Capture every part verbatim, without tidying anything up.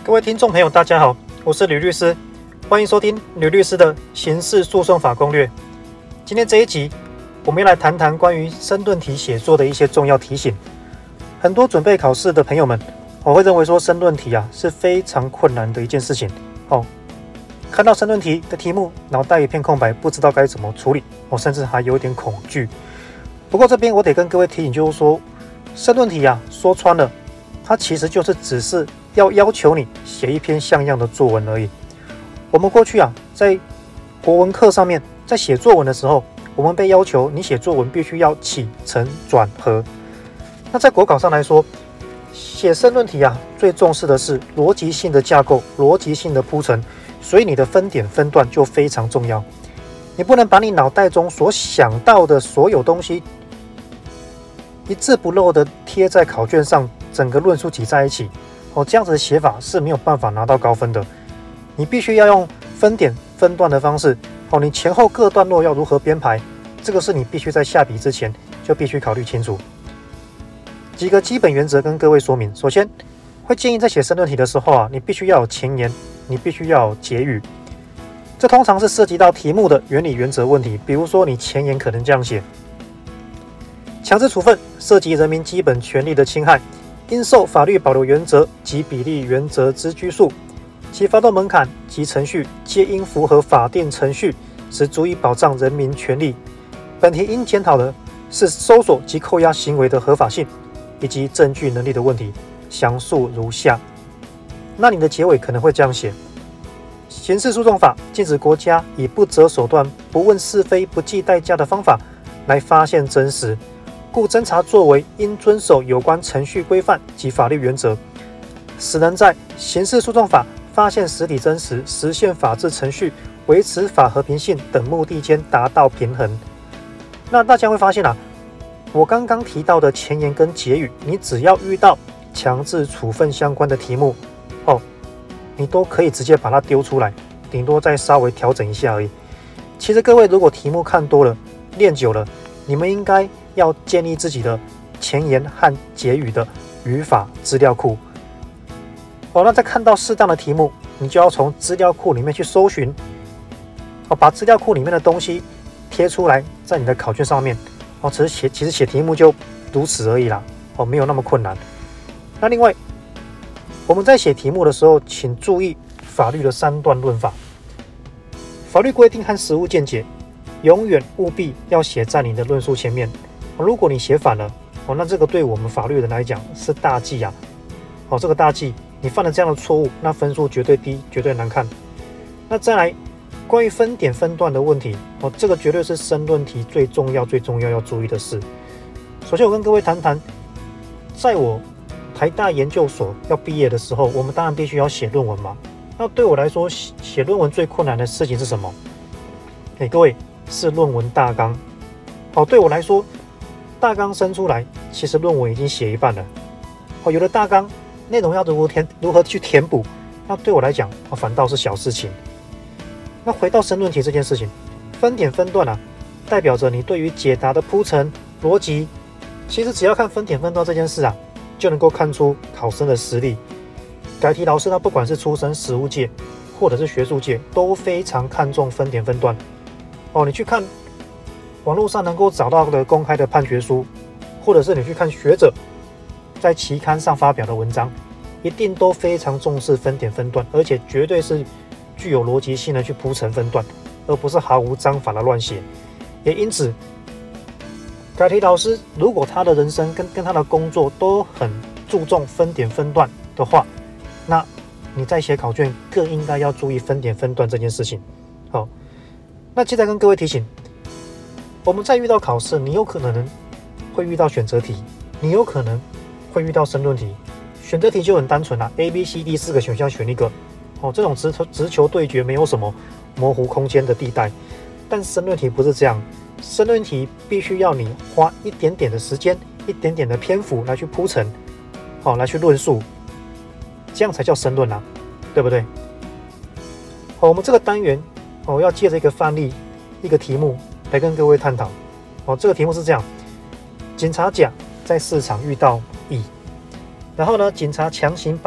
各位听众朋友，大家好，我是吕律师，欢迎收听吕律师的刑事诉讼法攻略。今天这一集，我们要来谈谈关于申论题写作的一些重要提醒。很多准备考试的朋友们，我会认为说申论题啊是非常困难的一件事情。哦，看到申论题的题目，脑袋一片空白，不知道该怎么处理，我甚至还有点恐惧。不过这边我得跟各位提醒，就是说申论题啊，说穿了，它其实就是只是要要求你写一篇像样的作文而已。我们过去啊，在国文课上面，在写作文的时候，我们被要求你写作文必须要起承转合。那在国考上来说，写申论题啊，最重视的是逻辑性的架构、逻辑性的铺陈，所以你的分点分段就非常重要。你不能把你脑袋中所想到的所有东西一字不漏的贴在考卷上，整个论述挤在一起。哦，这样子的写法是没有办法拿到高分的。你必须要用分点分段的方式。哦，你前后各段落要如何编排，这个是你必须在下笔之前就必须考虑清楚。几个基本原则跟各位说明。首先，会建议在写申论题的时候啊，你必须要有前言，你必须要有结语。这通常是涉及到题目的原理原则问题。比如说，你前言可能这样写：强制处分涉及人民基本权利的侵害，应受法律保留原则及比例原则之拘束，其发动门槛及程序皆应符合法定程序，使足以保障人民权利。本题应检讨的是搜索及扣押行为的合法性以及证据能力的问题，详述如下。那你的结尾可能会这样写：刑事诉讼法禁止国家以不择手段、不问是非、不计代价的方法来发现真实，故侦查作为应遵守有关程序规范及法律原则，使能在刑事诉讼法发现实体真实、实现法治程序、维持法和平性等目的间达到平衡。那大家会发现啊，我刚刚提到的前言跟结语，你只要遇到强制处分相关的题目哦，你都可以直接把它丢出来，顶多再稍微调整一下而已。其实各位如果题目看多了、练久了，你们应该要建立自己的前言和结语的语法资料库。哦，那在看到适当的题目，你就要从资料库里面去搜寻，哦，把资料库里面的东西贴出来，在你的考卷上面。哦，只是写，其实写题目就如此而已啦。哦，没有那么困难。那另外，我们在写题目的时候，请注意法律的三段论法。法律规定和实务见解，永远务必要写在你的论述前面。哦，如果你写反了，哦，那这个对我们法律人来讲是大忌啊。哦，这个大忌，你犯了这样的错误，那分数绝对低，绝对难看。那再来，关于分点分段的问题，哦，这个绝对是申论题最重要、最重要要注意的事。首先，我跟各位谈谈，在我台大研究所要毕业的时候，我们当然必须要写论文嘛。那对我来说，写论文最困难的事情是什么？哎，各位，是论文大纲。哦，对我来说，大纲生出来，其实论文已经写一半了。哦，有了大纲，内容要如何填，如何去填补，那对我来讲，哦，反倒是小事情。那回到申论题这件事情，分点分段啊，代表着你对于解答的铺陈逻辑。其实只要看分点分段这件事啊，就能够看出考生的实力。改题老师他不管是出身实务界或者是学术界，都非常看重分点分段。哦，你去看网络上能够找到的公开的判决书，或者是你去看学者在期刊上发表的文章，一定都非常重视分点分段，而且绝对是具有逻辑性的去铺陈分段，而不是毫无章法的乱写。也因此，改题老师如果他的人生跟跟他的工作都很注重分点分段的话，那你在写考卷更应该要注意分点分段这件事情。好，那接着跟各位提醒，我们在遇到考试，你有可能会遇到选择题，你有可能会遇到申论题。选择题就很单纯啦 ，A、B、C、D 四个选项选一个。哦，这种直球直球对决没有什么模糊空间的地带。但申论题不是这样，申论题必须要你花一点点的时间、一点点的篇幅来去铺陈，哦，来去论述，这样才叫申论啊，对不对？哦，我们这个单元哦，要借着一个范例、一个题目来跟各位探讨。哦，这个题目是这样：警察甲在市场遇到乙，然后呢，警察强行把乙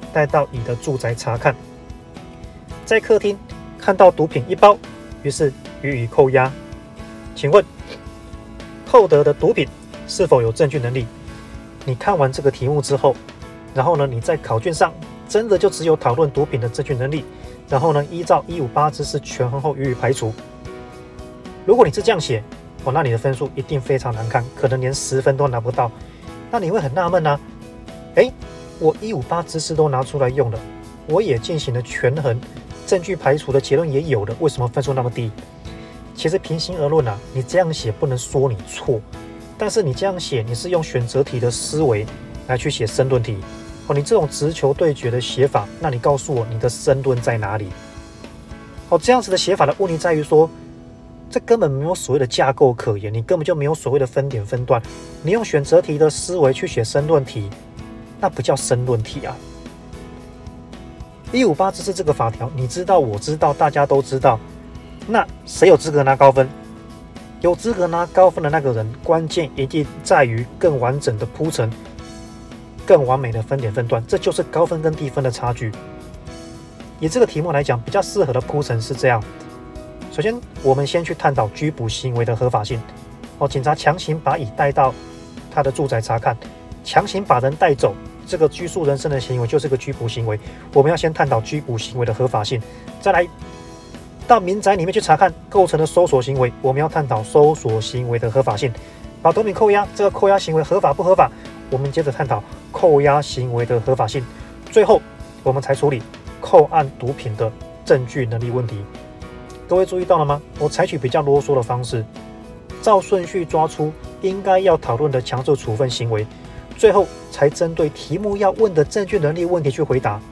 带到乙的住宅查看，在客厅看到毒品一包，于是予以扣押。请问扣得的毒品是否有证据能力？你看完这个题目之后，然后呢，你在考卷上真的就只有讨论毒品的证据能力，然后呢，依照一五八之四权衡后予以排除。如果你是这样写，哦，那你的分数一定非常难看，可能连十分都拿不到。那你会很纳闷啊，哎，我一五八之四都拿出来用了，我也进行了权衡，证据排除的结论也有了，为什么分数那么低？其实平心而论啊，你这样写不能说你错，但是你这样写，你是用选择题的思维来去写申论题。哦，你这种直球对决的写法，那你告诉我你的申论在哪里？哦，这样子的写法的问题在于说，这根本没有所谓的架构可言，你根本就没有所谓的分点分段，你用选择题的思维去写申论题，那不叫申论题啊。一五八之四这个法条，你知道，我知道，大家都知道，那谁有资格拿高分？有资格拿高分的那个人，关键一定在于更完整的铺陈，更完美的分点分段，这就是高分跟低分的差距。以这个题目来讲，比较适合的铺陈是这样：首先，我们先去探讨拘捕行为的合法性。哦，警察强行把乙带到他的住宅查看，强行把人带走，这个拘束人身的行为就是个拘捕行为。我们要先探讨拘捕行为的合法性，再来到民宅里面去查看构成的搜索行为，我们要探讨搜索行为的合法性。把毒品扣押，这个扣押行为合法不合法？我们接着探讨扣押行为的合法性，最后我们才处理扣案毒品的证据能力问题。各位注意到了吗？我采取比较啰嗦的方式，照顺序抓出应该要讨论的强制处分行为，最后才针对题目要问的证据能力问题去回答。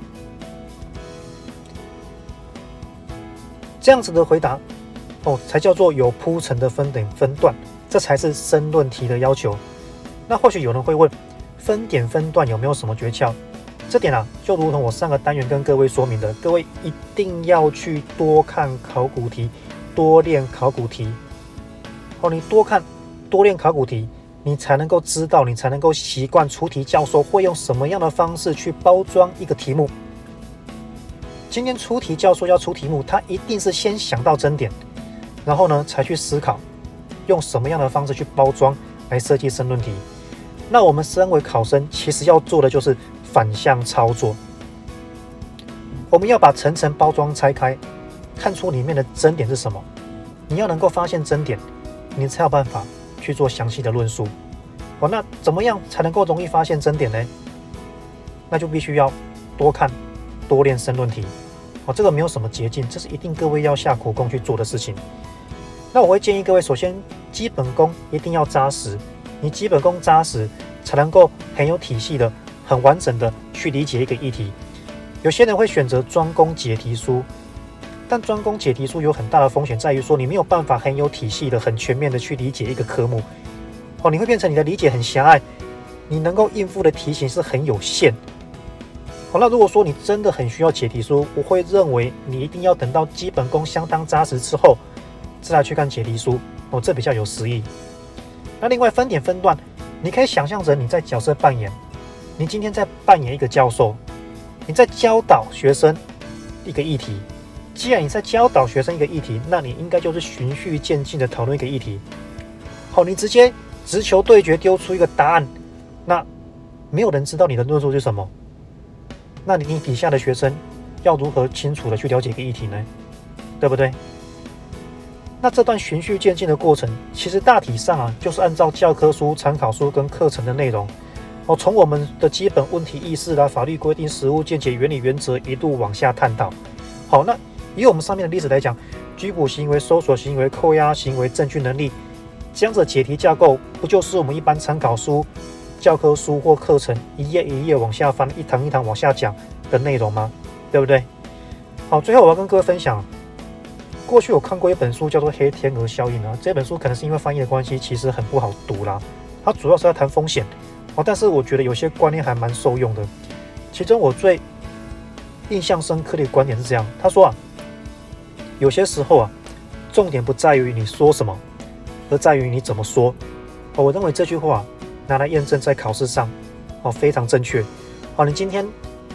这样子的回答，哦，才叫做有铺陈的分点分段，这才是申论题的要求。那或许有人会问，分点分段有没有什么诀窍？这点啊，就如同我上个单元跟各位说明的，各位一定要去多看考古题，多练考古题。哦，你多看多练考古题，你才能够知道，你才能够习惯出题教授会用什么样的方式去包装一个题目。今天出题教授要出题目，他一定是先想到争点，然后呢才去思考用什么样的方式去包装来设计申论题。那我们身为考生，其实要做的就是反向操作，我们要把层层包装拆开，看出里面的争点是什么。你要能够发现争点，你才有办法去做详细的论述。哦，那怎么样才能够容易发现争点呢？那就必须要多看多练申论题。哦，这个没有什么捷径，这是一定各位要下苦功去做的事情。那我会建议各位，首先基本功一定要扎实，你基本功扎实，才能够很有体系的、很完整的去理解一个议题。有些人会选择专攻解题书，但专攻解题书有很大的风险，在于说你没有办法很有体系的、很全面的去理解一个科目。哦，你会变成你的理解很狭隘，你能够应付的题型是很有限。好，那如果说你真的很需要解题书，我会认为你一定要等到基本功相当扎实之后，再来去看解题书。哦，这比较有实益。那另外分点分段，你可以想象成你在角色扮演，你今天在扮演一个教授，你在教导学生一个议题。既然你在教导学生一个议题，那你应该就是循序渐进的讨论一个议题。好，你直接直球对决丢出一个答案，那没有人知道你的论述是什么。那你底下的学生要如何清楚的去了解一个议题呢？对不对？那这段循序渐进的过程，其实大体上啊，就是按照教科书、参考书跟课程的内容，哦，从我们的基本问题意识啦、法律规定、实务见解、原理原则一路往下探讨。好，那以我们上面的例子来讲，拘捕行为、搜索行为、扣押行为、证据能力，这样子的解题架构，不就是我们一般参考书、教科书或课程一页一页往下翻，一堂一堂往下讲的内容吗？对不对？好，最后我要跟各位分享，过去我看过一本书叫做《黑天鹅效应》啊，这本书可能是因为翻译的关系，其实很不好读啦。它主要是要谈风险哦，但是我觉得有些观念还蛮受用的。其中我最印象深刻的观点是这样，他说啊，有些时候啊，重点不在于你说什么，而在于你怎么说。哦，我认为这句话拿来验证在考试上，哦，非常正确。哦，你今天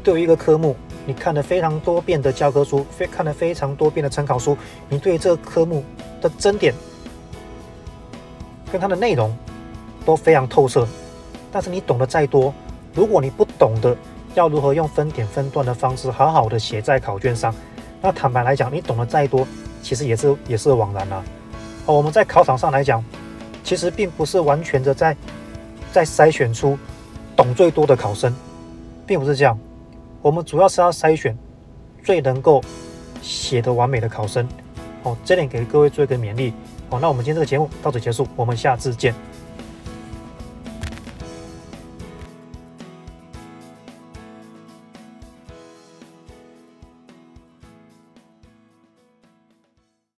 对于一个科目，你看了非常多遍的教科书，看了非常多遍的参考书，你对这个科目的争点跟它的内容都非常透彻，但是你懂得再多，如果你不懂得要如何用分点分段的方式好好的写在考卷上，那坦白来讲，你懂得再多，其实也是也是枉然啦、啊哦。我们在考场上来讲，其实并不是完全的在在筛选出懂最多的考生，并不是这样。我们主要是要筛选最能够写得完美的考生。哦，这点给各位做一个勉励。好，那我们今天这个节目到此结束，我们下次见。